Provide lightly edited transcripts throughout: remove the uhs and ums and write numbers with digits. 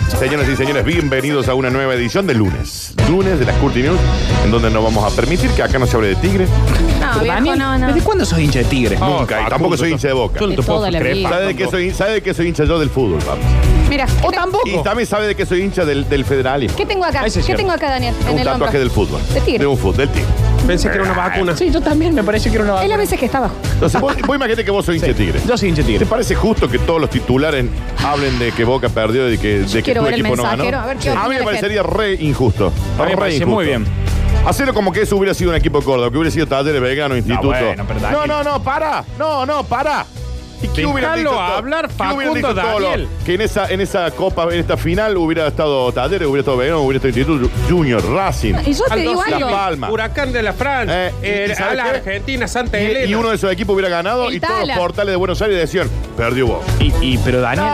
Señoras y señores, bienvenidos a una nueva edición de lunes. Lunes de las Curti News, en donde no vamos a permitir que acá no se hable de Tigre. No, viejo, no. ¿Desde cuándo sos hincha de Tigre? Nunca, y tampoco soy hincha de Boca. Yo no te De puedo toda la creer. vida. ¿Sabe de qué soy hincha yo del fútbol, papá? Mira, O tampoco. Y también sabe de qué soy hincha del federalismo. ¿qué tengo acá? Ese es ¿Qué cierto. tengo acá, Daniel? En Un el tatuaje hombro. del fútbol. De Tigre. De un fútbol, del Tigre. Pensé que era una vacuna. Sí, yo también me pareció que era una Es vacuna. la veces que está abajo. Entonces, vos imagínate que vos sos hincha de Tigre. Yo soy hincha de ¿Te Tigre. parece justo que todos los titulares hablen de que Boca perdió y de que quiero tu ver el equipo no ganó? mensajero, a ver qué opina A mí me la parecería re injusto. A mí me Re parece injusto. muy bien. Hacerlo como que eso hubiera sido un equipo de Córdoba, que hubiera sido Talleres, Belgrano, Instituto. bueno, pero Daniel. No, para. No, para. ¿Y qué hubieran Déjalo dicho hablar, ¿qué hubieran dicho Facundo todos los- Daniel? Que en esa copa, en esta final hubiera estado Talleres, hubiera estado Belgrano, hubiera estado Instituto Junior, Racing. Y yo te Aldo digo La algo. Palma. Huracán de la Francia, ¿y a sabes la qué? Argentina, Santa Elena. Y uno de esos equipos hubiera ganado El y todos los Tala. portales de Buenos Aires decían, perdió Boca. Pero Daniel.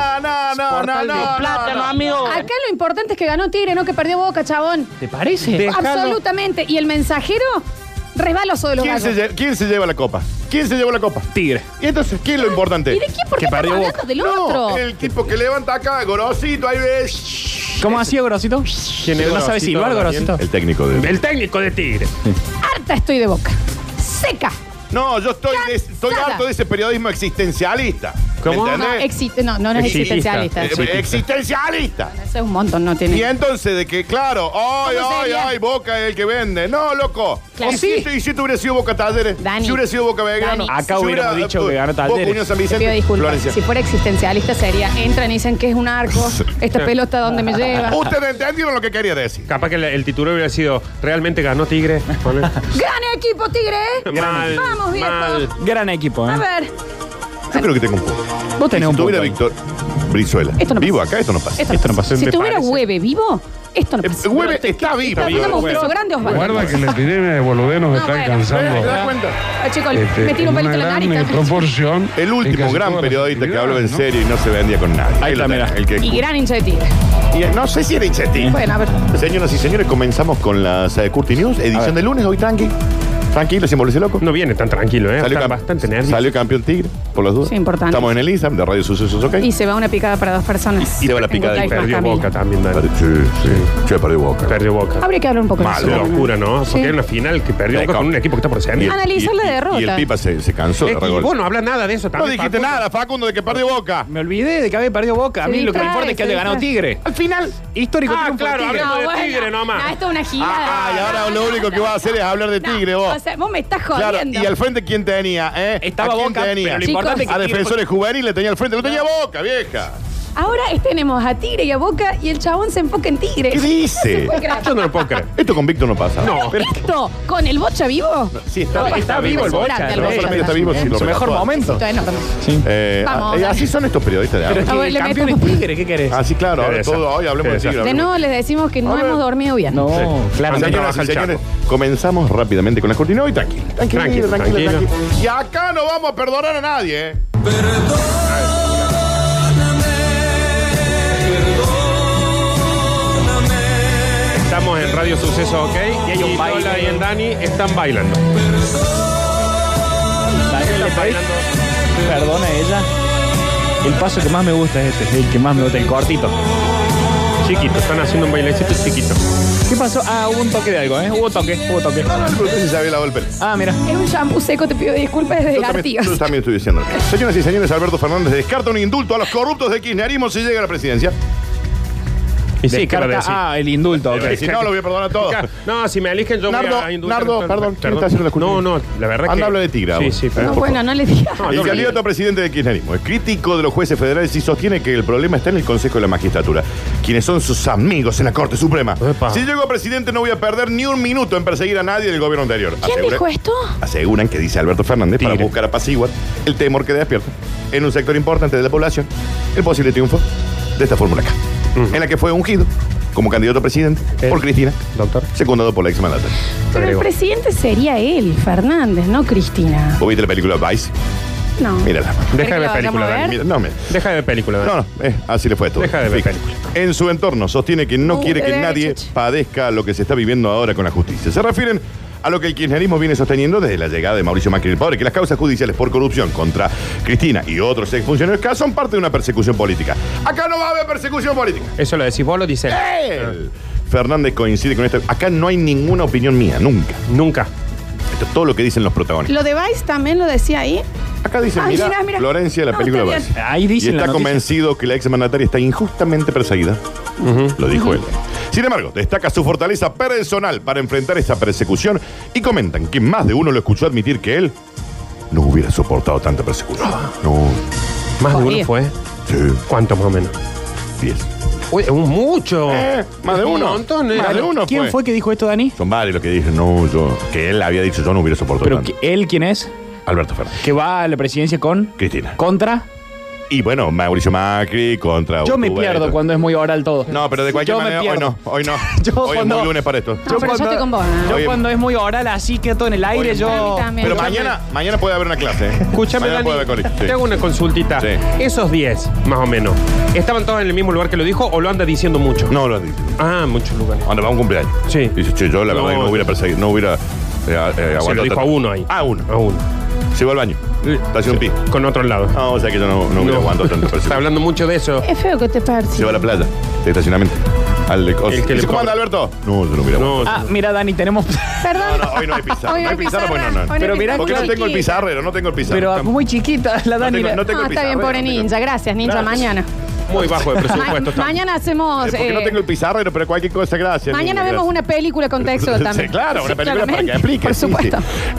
Plátano, amigo. Acá lo importante es que ganó Tigre, no que perdió Boca, chabón. ¿Te parece? Déjalo. Absolutamente. Y el mensajero, resbaloso de los gallos. ¿Quién se lleva la copa? ¿Quién se llevó la copa? Tigre. Y entonces, ¿quién es lo importante? ¿Y de quién? ¿Por qué Que estamos perdió hablando del No, otro? el tipo que levanta acá, Gorosito, ahí ves. ¿Cómo hacía Gorosito? ¿Quién es ¿No sabe Gorosito, silbar Gorosito? El técnico de... El técnico de Tigre. Harta estoy de Boca. Seca. No, yo estoy Cansada. harto de ese periodismo existencialista. ¿Cómo? ¿Me No, entendés? no es existencialista. Existencialista. Ese es un montón, no Y tiene. entonces de que, claro, ¿Cómo sería? Boca es el que vende. No, loco. Claro. ¿Y si hubiera sido Boca Talleres? Dani. Si hubiera sido Boca Belgrano. Dani. Acá si hubiéramos dicho que ganó Boca Talleres. Unión San Te Vicente. pido disculpas. Florencia. Si fuera existencialista sería, entran y dicen que es un arco, esta pelota donde me lleva. Ustedes entendieron lo que quería decir. Capaz que el titular hubiera sido ¿realmente ganó Tigre? ¡Gran equipo, Tigre! Mal, Vamos, viejo. mal. Gran equipo, A ¿eh? ver. Yo creo que tengo un punto. Vos tenés un Si tuviera punto. Víctor Brizuela Esto no vivo pasa. acá, esto no pasa. Esto no pasa. Si Me tuviera parece. Hueve vivo, esto no pasa. Hueve está vivo. Está dando un beso grande, Osvaldo. Guarda que la epidemia de boludez nos está bueno. alcanzando ¿Te das cuenta? Ah, chicos, este, me tiro un en pelito una en la gran nariz. también. proporción. El en último casi gran todas las periodista que habló en actividades, serio y no se vendía con nadie. Ahí está, mira. El que Y gran hincha de Tigre. y no sé si era hincha de Tigre. Bueno, a ver. Señoras y señores, comenzamos con la Curti News, edición de lunes, hoy tranqui. Tranquilo, sin volverse loco. No viene tan tranquilo, ¿eh? Está bastante nervioso. Salió campeón Tigre, por las dudas. Sí, importante. Estamos en el Instagram de Radio Sucesos, ¿ok? Y se va una picada para dos personas. Y se va la picada En y Good Life Perdió más Boca Camila. también, Dani. Sí. Che, perdió Boca. Perdió Boca. Habría que hablar un poco Mal, de Qué eso. locura, ¿no? Porque Sí. era una final que perdió Boca con un equipo que está por Y ser. el- Analizar la derrota. Y el Pipa se cansó de Y regol. vos no hablas nada de eso No también. dijiste Facundo. nada, Facundo, de que perdió Boca. Me olvidé de que había perdido Boca. A Se mí lo que me distrae, importa es que se haya ganado distrae. Tigre. Al final. Histórico Ah, triunfo de claro, Tigre. hablando de Tigre nomás. No, esto es una gilada. Y ahora lo único que vas a hacer es hablar de Tigre, vos. O sea, vos me estás Claro, jodiendo. y al frente, ¿quién tenía? Estaba ¿A quién Boca, tenía? pero lo Chicos. importante es que A Tigre- defensores juveniles tenía al frente, lo tenía Boca, vieja. Ahora tenemos a Tigre y a Boca y el chabón se enfoca en Tigre. ¿Qué dice? Yo no lo puedo creer. Esto con Víctor no pasa. No. Pero ¿Esto con el Bocha vivo? sí, está, No, está vivo el Bocha, Grande, no Bocha. solamente está vivo, sí, lo Su mejor relató. momento. Esto es enorme. Vamos, Así son estos periodistas de Pero es ahora. que Le el campeón meto- es Tigre, ¿qué querés? Ah, sí, claro, ahora Teresa. todo, hoy hablemos de Teresa. Tigre. De nuevo les decimos que no A ver. hemos dormido bien. No, claramente. Señoras trabaja y el señores, comenzamos rápidamente con la cortina hoy. Tranquilo. Tranquilo. Y acá no vamos a perdonar a nadie, ¿eh? Estamos en Radio Suceso, ¿ok? Y hay un baile. Lola y el Dani están bailando. Daniel, ¿le pedís? Perdona a ella. El paso que más me gusta es este, el que más me gusta, el cortito. Chiquito, están haciendo un bailecito chiquito. ¿Qué pasó? Ah, hubo un toque de algo, ¿eh? Hubo toque. No, pero usted sí se había lavado el pelo. Ah, mira. Es un shampoo seco, te pido disculpas desde Artigas. Yo también estoy diciendo. Señoras y señores, Alberto Fernández descarta un indulto a los corruptos del kirchnerismo si llega a la presidencia. Y sí, ¿qué va a decir? Ah, el indulto, ok. Si no, lo voy a perdonar todo. No, si me eligen yo voy a indultar. Nardo, perdón, ¿quién está haciendo la culpa? No, la verdad Anda, que... habla de Tigre, Sí, vos. sí, pero... No, bueno, no le digas. No, El yo candidato a presidente del kirchnerismo es crítico de los jueces federales y sostiene que el problema está en el Consejo de la Magistratura, quienes son sus amigos en la Corte Suprema. Epa. Si llego a presidente no voy a perder ni un minuto en perseguir a nadie del gobierno anterior. ¿Quién dijo esto? Aseguran que dice Alberto Fernández para Tigre. buscar apaciguar el temor que despierta en un sector importante de la población el posible triunfo de esta fórmula K, en la que fue ungido como candidato a presidente por Cristina, Doctor. secundado por la ex mandataria. Pero el Agrego. presidente sería él, Fernández, no Cristina. ¿Vos viste la película Vice? No. Mírala. Deja de ver ¿Querés que película, la vayamos a Dani. ver? Mira, no, Deja de ver película, Dani. no, así le fue todo. Deja de ver Fíjate. película. En su entorno sostiene que no quiere que de nadie derecha. padezca lo que se está viviendo ahora con la justicia. Se refieren A lo que el kirchnerismo viene sosteniendo desde la llegada de Mauricio Macri al poder, que las causas judiciales por corrupción contra Cristina y otros exfuncionarios acá son parte de una persecución política. Acá no va a haber persecución política. Eso lo decís vos, lo dice él. Fernández coincide con esto. Acá no hay ninguna opinión mía, nunca. Nunca. Esto es todo lo que dicen los protagonistas. Lo de Vice también lo decía ahí. Acá dicen, mira, Florencia, la película Vice. Ahí dicen y está convencido que la exmandataria está injustamente perseguida. Lo dijo él. Sin embargo, destaca su fortaleza personal para enfrentar esta persecución y comentan que más de uno lo escuchó admitir que él no hubiera soportado tanta persecución. No. ¿Más de uno fue? Sí. ¿Cuánto más o menos? 10. Uy, mucho. Más de uno. Un montón, Más de uno. ¿Quién fue que dijo esto, Dani? Son varios los que dicen, no, que él había dicho, yo no hubiera soportado ¿Pero tanto. él quién es? Alberto Fernández. Que va a la presidencia con Cristina. ¿Contra? Y bueno, Mauricio Macri contra... Yo me pierdo cuando es muy oral todo. No, pero de cualquier manera, hoy no. Hoy es muy lunes para esto. No, pero yo estoy con vos. Yo cuando es muy oral, así que todo en el aire, yo... Pero mañana puede haber una clase. Escúchame, Dani, te hago una consultita. Sí. Esos 10, más o menos, ¿estaban todos en el mismo lugar que lo dijo o lo anda diciendo mucho? No lo dicho. Ah, muchos lugares. Cuando va a un cumpleaños. Sí. Dice, che, yo la verdad que no hubiera perseguido, no hubiera aguantado. Se lo dijo a uno ahí. A uno. A uno. Se va al baño. Está haciendo un pi. Con otro lado. No, o sea que yo no hubiera aguantado tanto perseguido. Está hablando mucho de eso. Es feo que te persiga. Se va a la playa, de estacionamiento. ¿Cómo anda, Alberto? No, yo no hubiera aguantado. Mira, Dani, tenemos... Perdón. No, hoy no hay pizarra. Hoy No hay pizarra, pues no. Pero mira, Porque no tengo el pizarrero, no tengo el pizarrero. Pero muy chiquita la Dani. No tengo el Está bien, pobre ninja. Gracias, ninja. Gracias. Mañana. Muy bajo de presupuesto. está. Mañana hacemos... Porque no tengo el pizarrero, pero cualquier cosa, gracias. Mañana vemos una película con texto también. Sí, claro, una Sí, película para que claramente. explique. Por supuesto.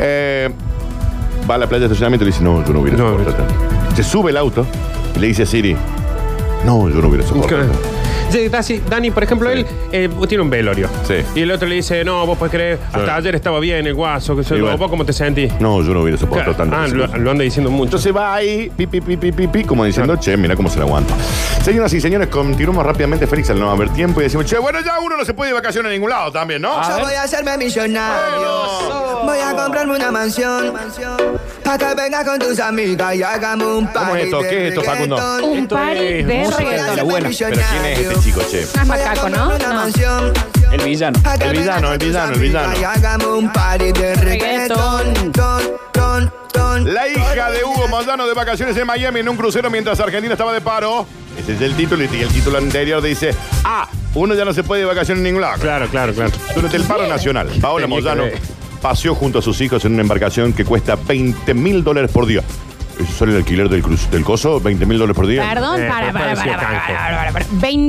Va a la playa de estacionamiento y le dice, no, yo no hubiera soportado tanto. Se sube el auto y le dice a Siri, no, yo no hubiera soportado tanto. Sí, Dani, por ejemplo, Sí. él tiene un velorio. Sí. Y el otro le dice, no, vos podés creer, hasta ayer estaba bien el guaso, que bueno. ¿vos cómo te sentís? No, yo no hubiera soportado tanto. Lo anda diciendo mucho. Entonces va ahí, pi, como diciendo, che, mira cómo se la aguanto. Señoras y señores, continuamos rápidamente, Félix, al no haber tiempo, y decimos, che, bueno, ya uno no se puede ir de vacaciones a ningún lado también, ¿no? Yo voy a hacerme millonario. Voy a comprarme una mansión. Pa' que vengas con tus amigas y hagamos un party. ¿Cómo es esto? ¿Qué es esto, Facundo? Un party de música reggaetón. la buena. Pero ¿quién es este chico, che? No es macaco, ¿no? No. El villano. El villano. Y hagamos un party de reggaetón. La hija de Hugo Moyano de vacaciones en Miami en un crucero mientras Argentina estaba de paro. Ese es el título, y el título anterior dice, uno ya no se puede ir de vacaciones en ningún lado. Claro. Durante el paro nacional, Paola Tenía que Moyano ver. paseó junto a sus hijos en una embarcación que cuesta $20,000 por día. ¿Eso sale el alquiler del coso? $20,000 por día. Perdón, para.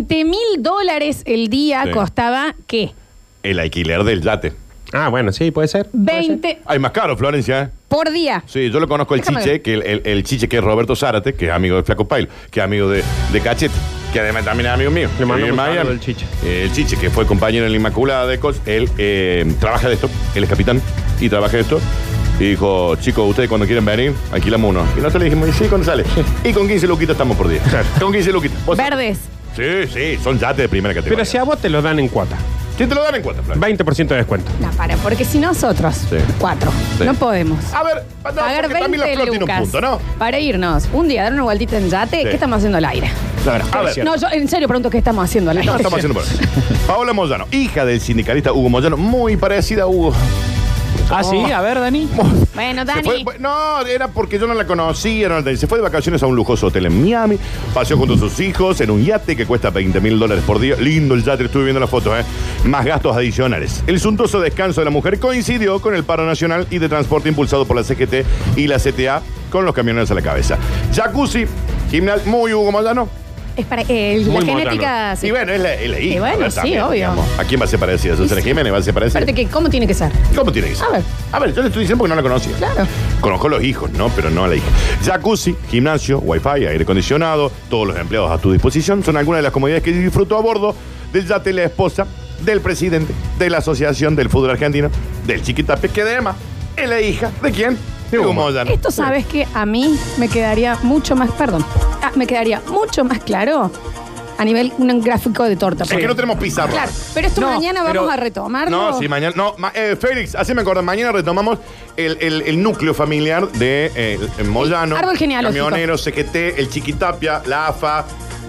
$20,000 el día Sí. costaba, ¿qué? El alquiler del yate. Ah, bueno, sí, puede ser. 20 Hay más caro, Florencia, ¿eh? por día. Sí, yo lo conozco el Déjame Chiche, ver. que el Chiche, que es Roberto Zárate, que es amigo de Flaco Pailo, que es amigo de Cachete, que además también es amigo mío. Le mando Vive en un saludo Miami. al Chiche. El Chiche, que fue compañero en la Inmaculada de Cos, él trabaja de esto, él es capitán y trabaja de esto. Y dijo, chicos, ustedes cuando quieren venir, alquilamos uno. Y nosotros le dijimos, sí, ¿cuándo sale? Y con 15 luquitas estamos por día. Con 15 luquitas. ¿Vos- Verdes. Sí, son yates de primera categoría. Pero si a vos te lo dan en cuota. ¿Quién te lo dan en cuenta, Flaco? 20% de descuento. No, porque si nosotros, Sí. 4, Sí. no podemos. A ver, Pagar porque también la 20 flor tiene un lucas punto, ¿no? para irnos un día a dar una vueltita en yate, Sí. ¿qué estamos haciendo al aire? Claro, a ver. No, yo en serio pregunto qué estamos haciendo al aire. No, estamos haciendo por ahí. Paola Moyano, hija del sindicalista Hugo Moyano, muy parecida a Hugo. Ah, sí, a ver, Dani. Bueno, Se Dani. no, era porque yo no la conocía. Se fue de vacaciones a un lujoso hotel en Miami. Paseó junto a sus hijos en un yate que cuesta $20,000 por día. Lindo el yate, estuve viendo las fotos, ¿eh? Más gastos adicionales. El suntuoso descanso de la mujer coincidió con el paro nacional y de transporte impulsado por la CGT y la CTA con los camioneros a la cabeza. Jacuzzi, gimnasio, muy Hugo Moyano. Es para la Muy genética. Sí. Y bueno, es la hija. Y bueno, a ver, sí, también, obvio. digamos. ¿A quién va a ser parecida? ¿Susana Jiménez va a ser parecida? Aparte que, ¿cómo tiene que ser? ¿Cómo tiene que ser? A ver. Yo le estoy diciendo porque no la conocía. Claro. Conozco a los hijos, ¿no? Pero no a la hija. Jacuzzi, gimnasio, wifi, aire acondicionado, todos los empleados a tu disposición. Son algunas de las comodidades que disfrutó a bordo del yate la esposa del presidente de la Asociación del Fútbol Argentino, del Chiquitape, que además es la hija ¿de quién? De Hugo Moyano. Esto sabes que a mí me quedaría mucho más, me quedaría mucho más claro a nivel un gráfico de torta. Es que no tenemos pizarra. Claro, pero esto No, mañana pero- vamos a retomarlo. No, sí, mañana. No, Félix, así me acuerdo. Mañana retomamos el núcleo familiar de Moyano. Árbol genealógico. Camioneros, CGT, el Chiquitapia, la AFA.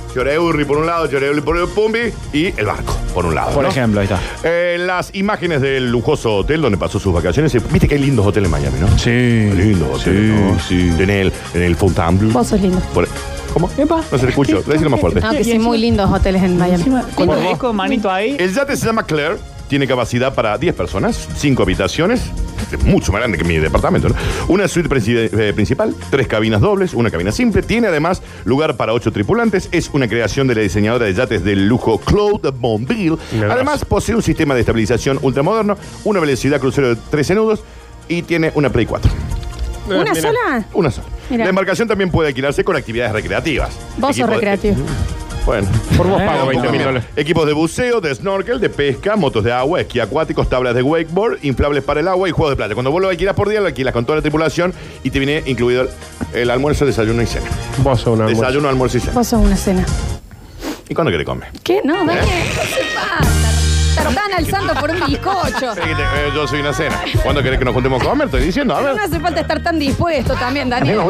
Choreurri por un lado, Choreurri por el Pumbi y el barco por un lado. Por ¿no? ejemplo, ahí está. Las imágenes del lujoso hotel donde pasó sus vacaciones. Viste que hay lindos hoteles en Miami, ¿no? Sí. Lindos hoteles, ¿no? Sí. En el Fontainebleau. Vos sos lindo. ¿Cómo? Epa. No se te escucho. Decirlo más fuerte. No, que sí, muy lindos hoteles en Miami. Cuando busco manito ahí. El yate se llama Claire. Tiene capacidad para 10 personas, 5 habitaciones, mucho más grande que mi departamento, ¿no? Una suite principal, 3 cabinas dobles, una cabina simple. Tiene además lugar para 8 tripulantes. Es una creación de la diseñadora de yates del lujo Claude Bonville. Además, posee un sistema de estabilización ultramoderno, una velocidad crucero de 13 nudos y tiene una Play 4. ¿Una sola? Una sola. Mirá. La embarcación también puede alquilarse con actividades recreativas. Vos sos Equipo de- recreativo. Bueno. Por vos pago Mira, 20 mil dólares. equipos de buceo, de snorkel, de pesca, motos de agua, esquí acuáticos, tablas de wakeboard, inflables para el agua y juegos de playa. Cuando vos lo alquilas por día, lo alquilas con toda la tripulación y te viene incluido el almuerzo, desayuno y cena. Vos sos una Desayuno, almuerzo y cena. Vos sos una cena. ¿Y cuándo querés comer? ¿Qué? No, Daniel, no se pasa. Están alzando por un bizcocho. Yo soy una cena. ¿Cuándo querés que nos juntemos a comer? Estoy diciendo, a No ver. hace falta estar tan dispuesto también, Daniel.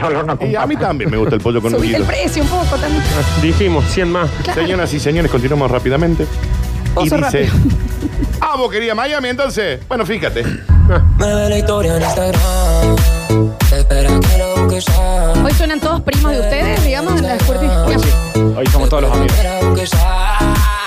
Y a mí también me gusta el pollo con Subiste el huevito. precio un poco también. Dijimos 100 más. Señoras y señores, continuamos rápidamente. Vos Y sos dice... rápido. Ah, vos querías Miami, entonces. Bueno, fíjate. Me ve la historia en Instagram. Espera que lo busques ya. Hoy suenan todos primos de ustedes, digamos, en la Squirty. Hoy sí. Hoy somos todos los amigos. Espera que busques ya.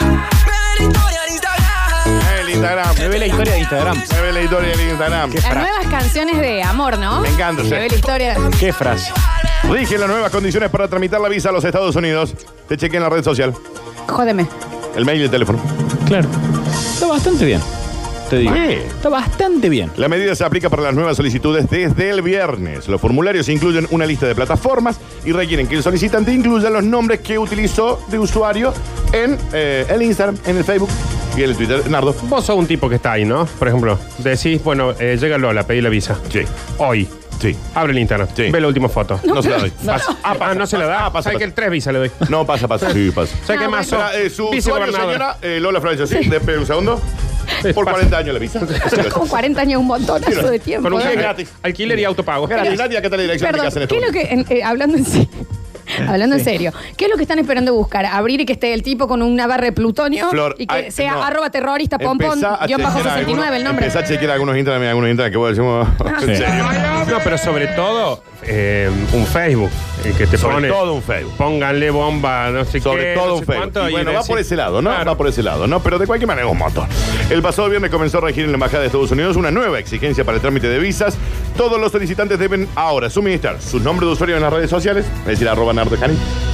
Me ve la historia en Instagram. El Instagram. Me ve la historia de Instagram. Me ve la historia del Instagram. Las nuevas canciones de amor, ¿no? Me encanta, sí. Se ve la historia. ¿Qué frase? Rigen las nuevas condiciones para tramitar la visa a los Estados Unidos. Te chequeé en la red social. Jódeme. El mail y el teléfono. Claro. Está bastante bien. Te digo. Sí. Está bastante bien. La medida se aplica para las nuevas solicitudes desde el viernes. Los formularios incluyen una lista de plataformas y requieren que el solicitante incluya los nombres que utilizó de usuario en el Instagram, en el Facebook y en el Twitter. Nardo. Vos sos un tipo que está ahí, ¿no? Por ejemplo, decís, bueno, llega Lola, pedí la visa. Sí. Hoy. Sí. Abre el Instagram. Sí. Ve la última foto. No se la doy. No se la da. Ah, pasa, ¿Sabes pasa. que el 3 visa le doy? No, pasa. Sí, pasa. ¿Sabes qué más sos? Espera, su usuario, Vicegobernadora. señora, Lola Florencia, sí. Espera un segundo. Por pasa. 40 años la visa. Como 40 años, un montonazo de tiempo. Con un ¿no? cheque gratis. alquiler y autopago. Gratis, Nadia, ¿qué tal la dirección de Perdón, casa en ¿qué es esto? lo que, hablando en serio, hablando en serio, ¿qué es lo que están esperando buscar? Abrir y que esté el tipo con una barra de plutonio Flor, y que ay, sea no. @, pompón, Empezá a guión bajo chequear 69 el nombre. Empezá a chequear algunos Instagram que vos decimos. En serio. No, pero sobre todo un Facebook. El que te Sobre pone. todo un Facebook. Pónganle bomba, no sé Sobre qué. todo no un sé Facebook. cuánto, Y bueno, va decís- por ese lado, ¿no? Claro. Va por ese lado, ¿no? Pero de cualquier manera es un montón. El pasado viernes comenzó a regir en la Embajada de Estados Unidos una nueva exigencia para el trámite de visas. Todos los solicitantes deben ahora suministrar sus nombres de usuario en las redes sociales, es decir, @NardoCani,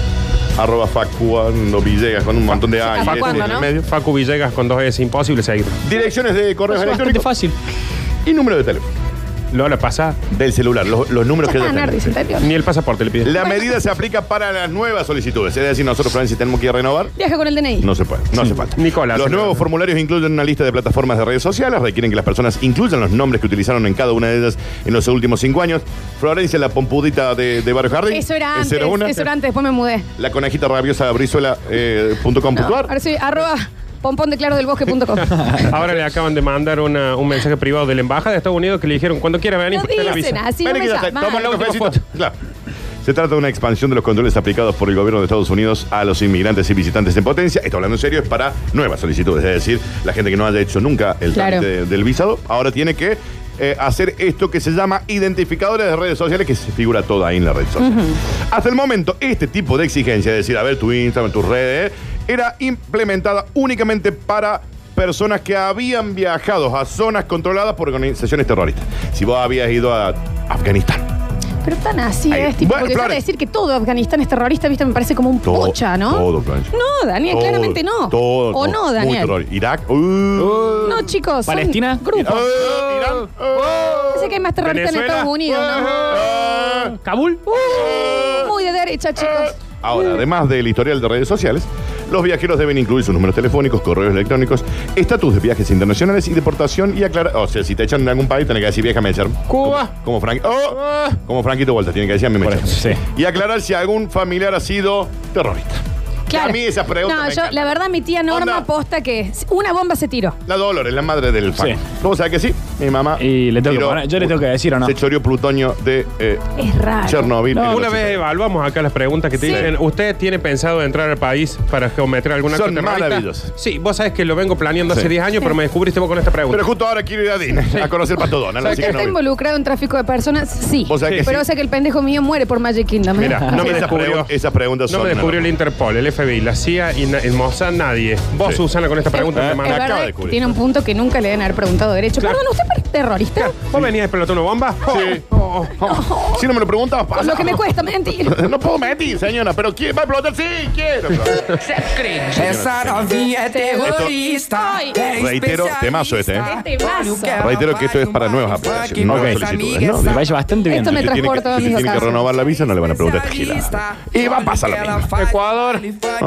@Facuando Villegas con un montón de años Facuando, en el ¿no? medio. Facu Villegas con 2 S, imposible seguir. Direcciones de correos Es bastante electrónicos fácil. y número de teléfono. Lola pasa, Del celular, los números que Ah, ya Nardi, tenés. se entendió. ni el pasaporte le pide. La medida se aplica para las nuevas solicitudes. Es decir, nosotros, Francia, tenemos que ir a renovar. Viaja con el DNI. No se puede, no hace falta. Nicolás, Los señor. nuevos formularios incluyen una lista de plataformas de redes sociales, requieren que las personas incluyan los nombres que utilizaron en cada una de ellas en los últimos 5 años. Florencia, la pompudita de Barrio Jardín. Eso era Esa antes, una. eso era antes, después me mudé. La conejita rabiosa brizuela.com.ar. No, ahora soy @pompondeclarodelbosque.com. Ahora le acaban de mandar un mensaje privado de la embajada de Estados Unidos que le dijeron cuando quiera venir, No usted la dicen visa. así, no Ven me que ya llaman. toma la última cafecito. foto. Claro. Se trata de una expansión de los controles aplicados por el gobierno de Estados Unidos a los inmigrantes y visitantes en potencia. Esto, hablando en serio, es para nuevas solicitudes. Es decir, la gente que no haya hecho nunca el Claro. trámite del visado, ahora tiene que hacer esto que se llama identificadores de redes sociales, que se figura todo ahí en la red social. Hasta el momento, este tipo de exigencia, es decir, a ver tu Instagram, tus redes, era implementada únicamente para personas que habían viajado a zonas controladas por organizaciones terroristas. Si vos habías ido a Afganistán. Pero tan así Ahí. es, tipo, Bueno, porque Flores. para decir que todo Afganistán es terrorista, viste, me parece como un pocha, ¿no? Todo, Florencia. No, Daniel, Todo, claramente no. Todo. O no, Muy Daniel. terror. Irak. No, chicos. son ¿Palestina? Grupos. Irán. Sé que hay más terroristas en Venezuela. Estados Unidos, ¿no? ¿Kabul? Muy de derecha, chicos. Ahora, además del historial de redes sociales, los viajeros deben incluir sus números telefónicos, correos electrónicos, estatus de viajes internacionales y deportación y aclarar. O sea, si te echan en algún país, tenés que decir, vieja, me echaron. Cuba. Como como Franquito Vuelta, tiene que decir, a mí me Por echaron. eso, sí. Y aclarar si algún familiar ha sido terrorista. Claro. A mí esa pregunta No, me yo, encanta. la verdad, mi tía Norma Onda. aposta que una bomba se tiró. La Dolores, la madre del fan. Sí. ¿Cómo sabe que sí? Mi mamá. Y le tengo que tiró- poner- yo le tengo que decir, ¿o no? Se choreó plutonio de Es raro. Chernobyl. en el Una 80. vez evaluamos acá las preguntas que te Sí. dicen, ¿usted tiene pensado entrar al país para cometer alguna Son acto terrorista? maravillosas. Sí, vos sabés que lo vengo planeando Sí. hace 10 años, pero me descubriste vos con esta pregunta. Pero justo ahora quiero ir a Dina a conocer Pato Donald. Así que ¿Está no. involucrado en tráfico de personas? Sí. Vos sabés que Pero sí. o sea que el pendejo mío muere por Magic Kingdom. ¿eh? Mira, no me Esas descubrió. esas preguntas No son. me descubrió el Interpol, el FBI, la CIA y el Mossad, nadie. Vos, Sí. Susana, con esta pregunta Es te Es mando. acaba de verdad, descubrir. tiene un punto que nunca le deben haber preguntado derecho. Claro. Perdón, ¿usted es terrorista? ¿Vos venías a explotar una bomba? Sí. Si no me lo preguntabas, pasa. Por lo que me cuesta mentir. No puedo mentir, señora, pero ¿quién va a explotar? Sí, quiero. Essa novinha é terrorista. Ay. Reitero, temazo este, ¿eh? Reitero que esto es para nuevas aplicaciones, no Ok. solicitudes, ¿no? Le vaya bastante bien. Esto me Si tiene que- transporta a si mis tiene que vacaciones. renovar la visa, no le van a preguntar esta gilada. Y va a pasar lo mismo. Ecuador.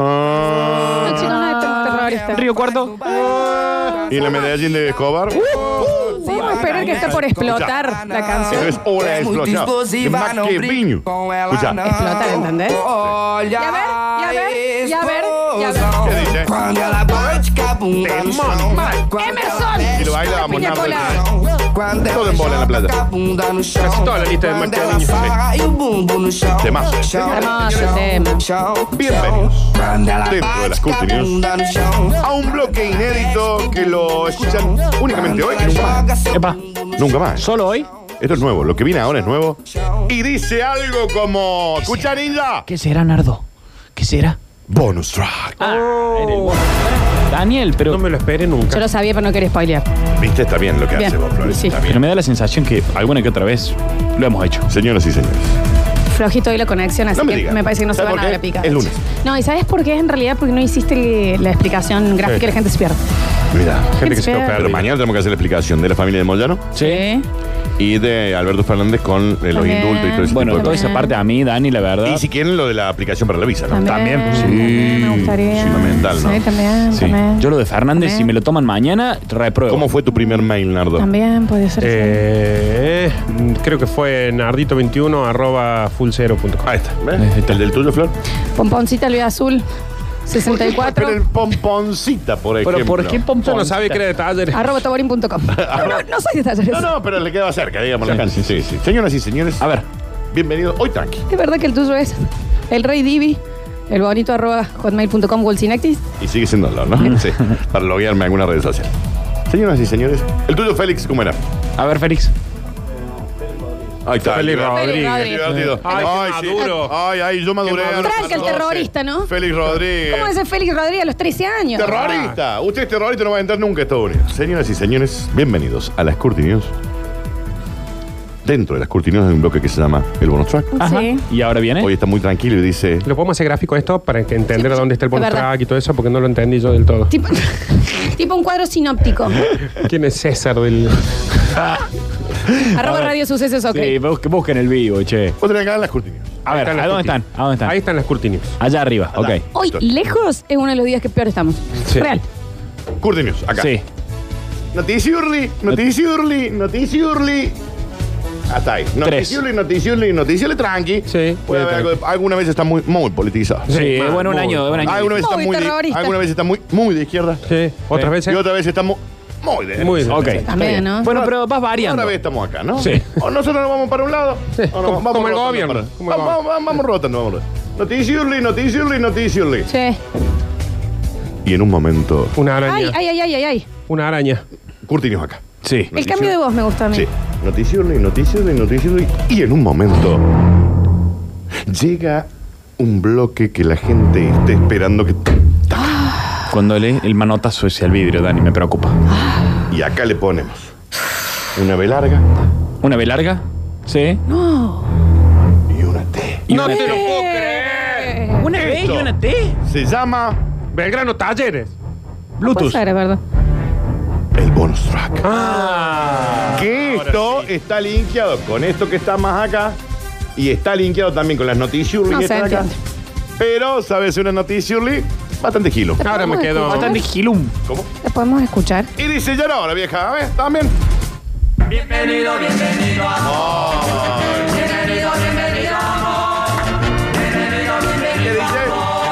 No, chicos, no es terrorista. Río Cuarto. Y la Medellín de Escobar. Podemos esperar que está por explotar la Eso canción. es hora de explosión. De Maqueviño. Escucha. Explotar, ¿entendés? Olha Y a ver, y a ver, y a ver, y a ver. ¿Qué dice? Quando ela bate com a bunda no chão. Quando Emerson. Y lo baila a Piña Monardo. colada. Quando Todo en bola en la playa. joga a bunda no chão. Casi toda la lista de Quando ela Maquiavinho. fala e o bumbum no chão. Temazo. Chão, Hermoso chão, tema. chão, Bienvenidos. chão. Quando ela Dentro de las bate com a Curti News. bunda no chão. A un bloque inédito que lo escuchan únicamente hoy y nunca más. Epa, Nunca más. ¿solo hoy? Esto es nuevo. Lo que viene ahora es nuevo. Y dice algo como... Escucha, ninja. ¿Qué será, Nardo? ¿Qué será? Bonus track. Era el bueno. Daniel, pero, No me lo esperé Yo nunca. lo sabía, pero no quería spoilear. ¿Viste? Está bien lo que Bien. hace vos, Flores. Sí. Está pero bien. me da la sensación que alguna que otra vez lo hemos hecho. Señoras y señores. Flojito hoy la conexión, así No me que digas. me parece que no se ¿Sabes van a por dar qué? pica. Es lunes. No, ¿y sabes por qué? En realidad, porque no hiciste la explicación gráfica y la gente se pierde. Mira. Gente que se quedó Pero Pero perdida. mañana tenemos que hacer la explicación de la familia de Moyano Sí. y de Alberto Fernández con los También. indultos y todo ese Bueno, tipo de toda cosas. esa parte a mí, Dani, la verdad. Y si quieren lo de la aplicación para la visa, ¿no? También, pues, sí. también me gustaría. Fundamental, ¿no? Sí, también, Sí. también. Yo lo de Fernández, También. si me lo toman mañana, repruebo. ¿Cómo fue tu primer mail, Nardo? También puede ser. Creo que fue nardito21@fullcero.com. Ahí está. ¿Ves? Ahí está. ¿El del tuyo, Flor? Pomponcita Luis Azul, 64. Pero el pomponcita, por ejemplo. Pero ¿por qué pompón? Yo no sabía que era de talleres. arroba taborín.com. No soy de talleres. No, pero le quedaba cerca, digamos, la canción. Sí, sí. Señoras y señores, A ver, bienvenidos. Hoy tranqui. Es verdad que el tuyo es el rey Divi, el bonito arroba hotmail.com, Wolsinactis. Y sigue siendo ¿no? Sí. Para loguearme en alguna red social. Señoras y señores, el tuyo, Félix, ¿cómo era? a ver, Félix. Ahí está. Félix divertido. Rodríguez. Divertido. Ay, qué sí. maduro. Ay, yo maduré. Qué a los Tranca el 14. terrorista, ¿no? Félix Rodríguez. ¿Cómo es el Félix Rodríguez a los 13 años? Terrorista. Usted es terrorista, no va a entrar nunca a Estados Unidos. Señoras y señores, bienvenidos a las Curti News. Dentro de las Curti News hay un bloque que se llama el bonus track. Ajá. Sí. Y ahora viene. Hoy está muy tranquilo y dice... ¿Lo podemos hacer gráfico esto para que entender Sí, a dónde está el es bonus verdad. track y todo eso? Porque no lo entendí yo del todo. Tipo, tipo un cuadro sinóptico. ¿Quién es César del...? Arroba Radio Sucesos, ok. Sí, busquen el vivo, che. Vos tenés acá en las Curti News. A ver, están ¿a las dónde Curti. están? ¿A dónde están? Ahí están las Curti News. Allá arriba, ok. Hoy, lejos, es uno de los días que peor estamos. Sí. Real. Curti News, acá. Sí. Noticiurli, noticiurli, noticiurli. Hasta ahí. Noticiurli, noticiurli, noticiurli tranqui. Sí, Puede muy haber algo de- alguna vez está muy politizado. Sí, mal, bueno, un muy, año. Alguna vez está Muy muy terrorista. alguna vez está muy de izquierda. Sí. ¿Otras Sí. veces? Y otra vez está muy de Muy de- Ok. Sí. está También, bien. ¿no? Bueno, pero vas variando. Otra vez estamos acá, ¿no? Sí. O nosotros nos vamos para un lado. Sí, o nos como el rotando gobierno, para- como el Vamos rotando, vamos rotando. Noticiurli, noticiurli, noticiurli. Sí. Y en un momento, Una araña. Ay. Una araña. Curti News acá. Sí. El cambio de voz me gusta a mí. Sí. Noticiurli, noticiurli, noticiurli. Y en un momento llega un bloque que la gente esté esperando que... Cuando el manotazo es al vidrio, Dani, me preocupa. Y acá le ponemos una B larga ¿Una B larga? Sí. y una T. Y No una te T. lo puedo creer. ¿Una B y Esto una T? se llama Belgrano Talleres. Puede Bluetooth. ser, es verdad. el bonus track. Ah. Que esto está linkeado con esto que está más acá y está linkeado también con las noticiurli No que se están acá. entiende. Pero, ¿sabes? Una noticiurli bastante gilo. Ahora me quedo. Bastante gilum. ¿Cómo? ¿La podemos escuchar? Y dice ya no, la vieja, ¿ves? También. ¿Qué dice?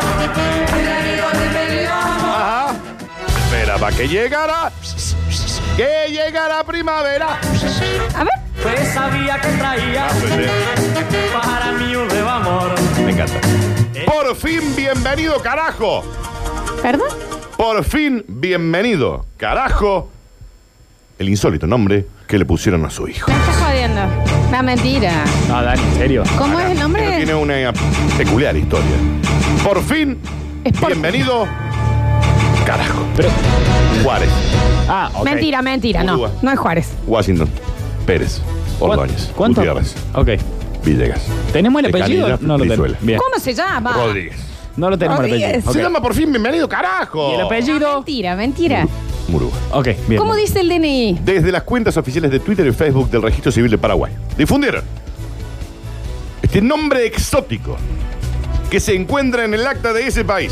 Ajá. Espera, para que llegara. Que llega la primavera. A ver. Pues sabía que traía para mí un nuevo amor. Me encanta. Por fin, bienvenido, carajo. ¿Perdón? Por fin, bienvenido, carajo. El insólito nombre que le pusieron a su hijo. Me estás jodiendo. No, mentira. No, Dani, en serio. ¿Cómo es el Pero nombre? tiene una peculiar historia. Por fin, Es por- bienvenido, carajo. Pero, Juárez, ah, ok. Mentira, no. Uruguay. No es Juárez. Washington, Pérez, Ordóñez, ¿Cuánto? Gutiérrez, Ok. Villegas. ¿Tenemos el De apellido? Canilla, No lo tenemos. Brizuela. Bien. ¿Cómo se llama? Rodríguez. No lo tenemos el Rodríguez. apellido. Se Ok. llama por fin bienvenido, carajo. ¿Y el apellido? Mentira. Muruga. Ok, bien. ¿Cómo dice el DNI? Desde las cuentas oficiales de Twitter y Facebook del Registro Civil de Paraguay, difundieron este nombre exótico que se encuentra en el acta de ese país.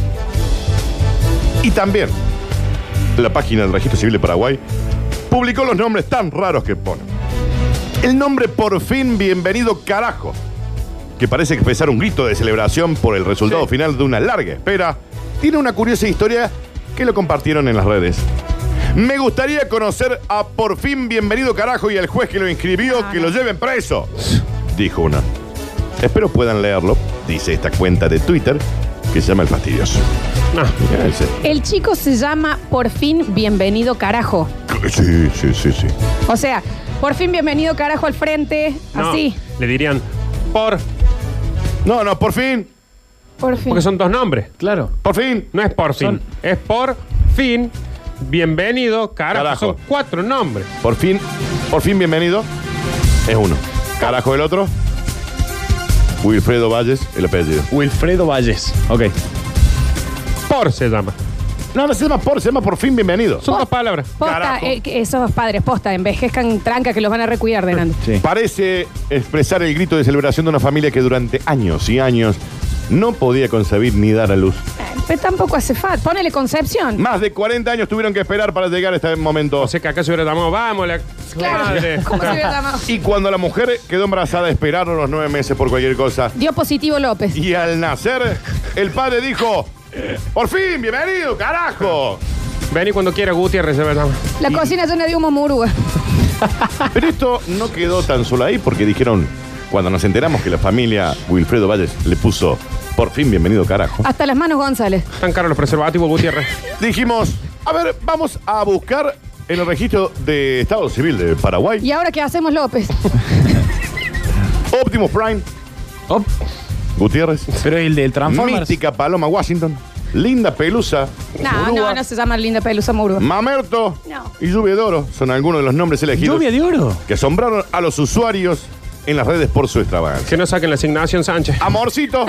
Y también la página del Registro Civil de Paraguay publicó los nombres tan raros que ponen. El nombre por fin bienvenido carajo, que parece expresar un grito de celebración por el resultado final de una larga espera, tiene una curiosa historia que lo compartieron en las redes. Me gustaría conocer a por fin bienvenido carajo y al juez que lo inscribió que lo lleven preso, dijo una. Espero puedan leerlo, dice esta cuenta de Twitter que se llama El Fastidioso. No. Ese. El chico se llama Por fin bienvenido carajo. Sí. O sea, por fin bienvenido carajo al frente. No, Así. le dirían por, No, por fin, Por fin. porque son dos nombres. Claro. por fin. No es por fin, Son- es por fin, bienvenido, carajo. Carajo. Son 4 nombres. Por fin bienvenido. Es uno. Carajo el otro. Wilfredo Valles, el apellido. Wilfredo Valles. Ok. Por se llama. No se llama se llama por fin bienvenido. Son 2 palabras. Posta, Carajo. que esos padres, posta, envejezcan tranca que los van a recuidar de grande. Sí. Parece expresar el grito de celebración de una familia que durante años y años no podía concebir ni dar a luz. Pero tampoco hace falta. Ponele Concepción. Más de 40 años tuvieron que esperar para llegar a este momento. O sea que acá se hubiera llamado, vamos, la Claro. madre. ¿Cómo se hubiera llamado? Y cuando la mujer quedó embarazada, esperaron los 9 meses por cualquier cosa. Dio positivo López. Y al nacer, el padre dijo: por fin, bienvenido, carajo. Vení cuando quiera, Gutiérrez se llama. La cocina llena de humo Muruga. Pero esto no quedó tan solo ahí porque dijeron, cuando nos enteramos que la familia Wilfredo Valles le puso por fin bienvenido carajo, Hasta las manos González. Tan caros los preservativos, Gutiérrez. dijimos, a ver, vamos a buscar en el registro de Estado Civil de Paraguay, ¿Y ahora qué hacemos, López? Optimus Prime, Op. Gutiérrez, Pero el del Transformers. Mística Paloma Washington, Linda Pelusa, Muruga, No se llama Linda Pelusa Muruga. Mamerto No. y Lluvia de Oro son algunos de los nombres elegidos Lluvia de oro. que asombraron a los usuarios en las redes por su extravagancia. Que no saquen la asignación Sánchez. Amorcito.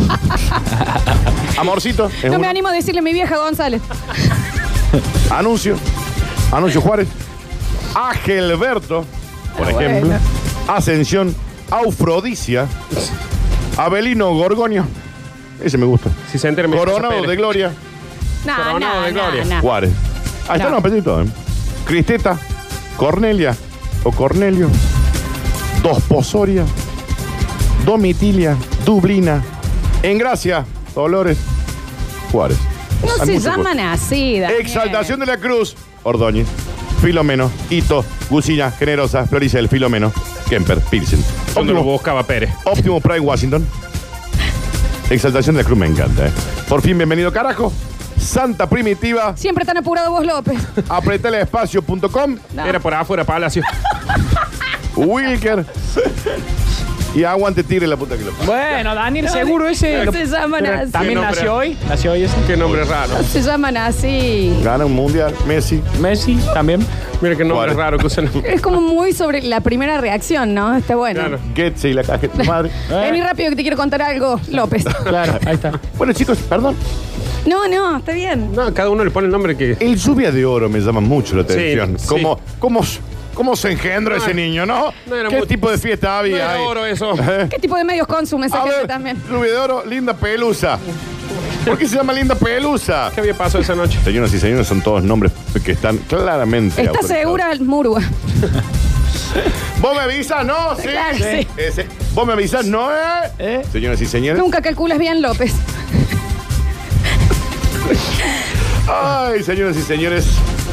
Amorcito. Es No me uno. animo a decirle mi vieja González. Anuncio Juárez. Agelberto, por Ah, ejemplo. bueno. Ascensión. Aufrodicia. Abelino Gorgonio. Ese me gusta. Si se entera, me Coronado Pérez. de Gloria. Coronado de gloria. Juárez. Ahí están No. los apellidos. Cristeta. Cornelia. O Cornelio. Dosposoria. Domitilia. Dublina. Engracia. Dolores. Juárez. No Hay se muchas llaman así, Daniel. Exaltación de la Cruz, Ordóñez, Filomeno, Hito, Gusilla, Generosa, Floricel, Filomeno, Kemper, Pilsen. ¿Dónde lo Óptimo, buscaba Pérez? Óptimo Prime Washington. Exaltación de la Cruz me encanta, Por fin, bienvenido, carajo. Santa Primitiva, Siempre tan apurado vos, López. apreteleespacio.com, No. Era por afuera, Palacio. Wilker y Aguante Tigre la puta que lo parió. Bueno, Daniel, seguro ese. No se llaman Pero así. También ¿Qué nombre? nació hoy. Nació hoy ese. Qué nombre raro. No se llaman así. Gana un mundial, Messi. Messi también. Mira qué nombre Juárez. raro que usan. Es como muy sobre la primera reacción, ¿no? Está bueno. Claro. Getze y la caja de tu madre. Vení rápido que te quiero contar algo, López. Claro, ahí está. Bueno, chicos, perdón. No, está bien. No, cada uno le pone el nombre que. El lluvia de oro me llama mucho la atención. Sí, ¿Cómo se engendró No, ese niño, no? no era ¿Qué muy- tipo de fiesta No había era ahí? oro eso. ¿Qué tipo de medios consume esa A gente ver, también? lluvia de oro, Linda Pelusa. ¿Por qué se llama Linda Pelusa? ¿Qué había pasado esa noche? Señoras y señores, son todos nombres que están claramente ¿Está autorizados. segura el Murua? ¿Vos me avisas? No, sí. Claro, sí. ¿Vos me avisas? No, Señoras y señores. Nunca calculas bien, López. Ay, señoras y señores.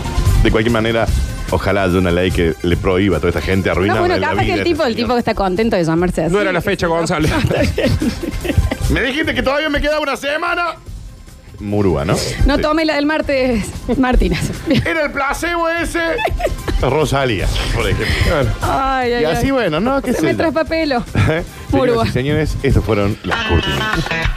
De cualquier manera, ojalá haya una ley que le prohíba a toda esta gente arruinar No, bueno, la capaz vida. que el tipo que está contento de llamarse así. No era la fecha, Gonzalo. Me dijiste que todavía me queda una semana. Murúa, ¿no? No Sí. tome la del martes, Martínez. Era el placebo ese. Rosalía, por ejemplo. Ay, ay, Y así, ay. bueno, ¿no? ¿Qué Se sé me yo? traspapelo. Señoras Murúa. y señores, estos fueron las cortinas.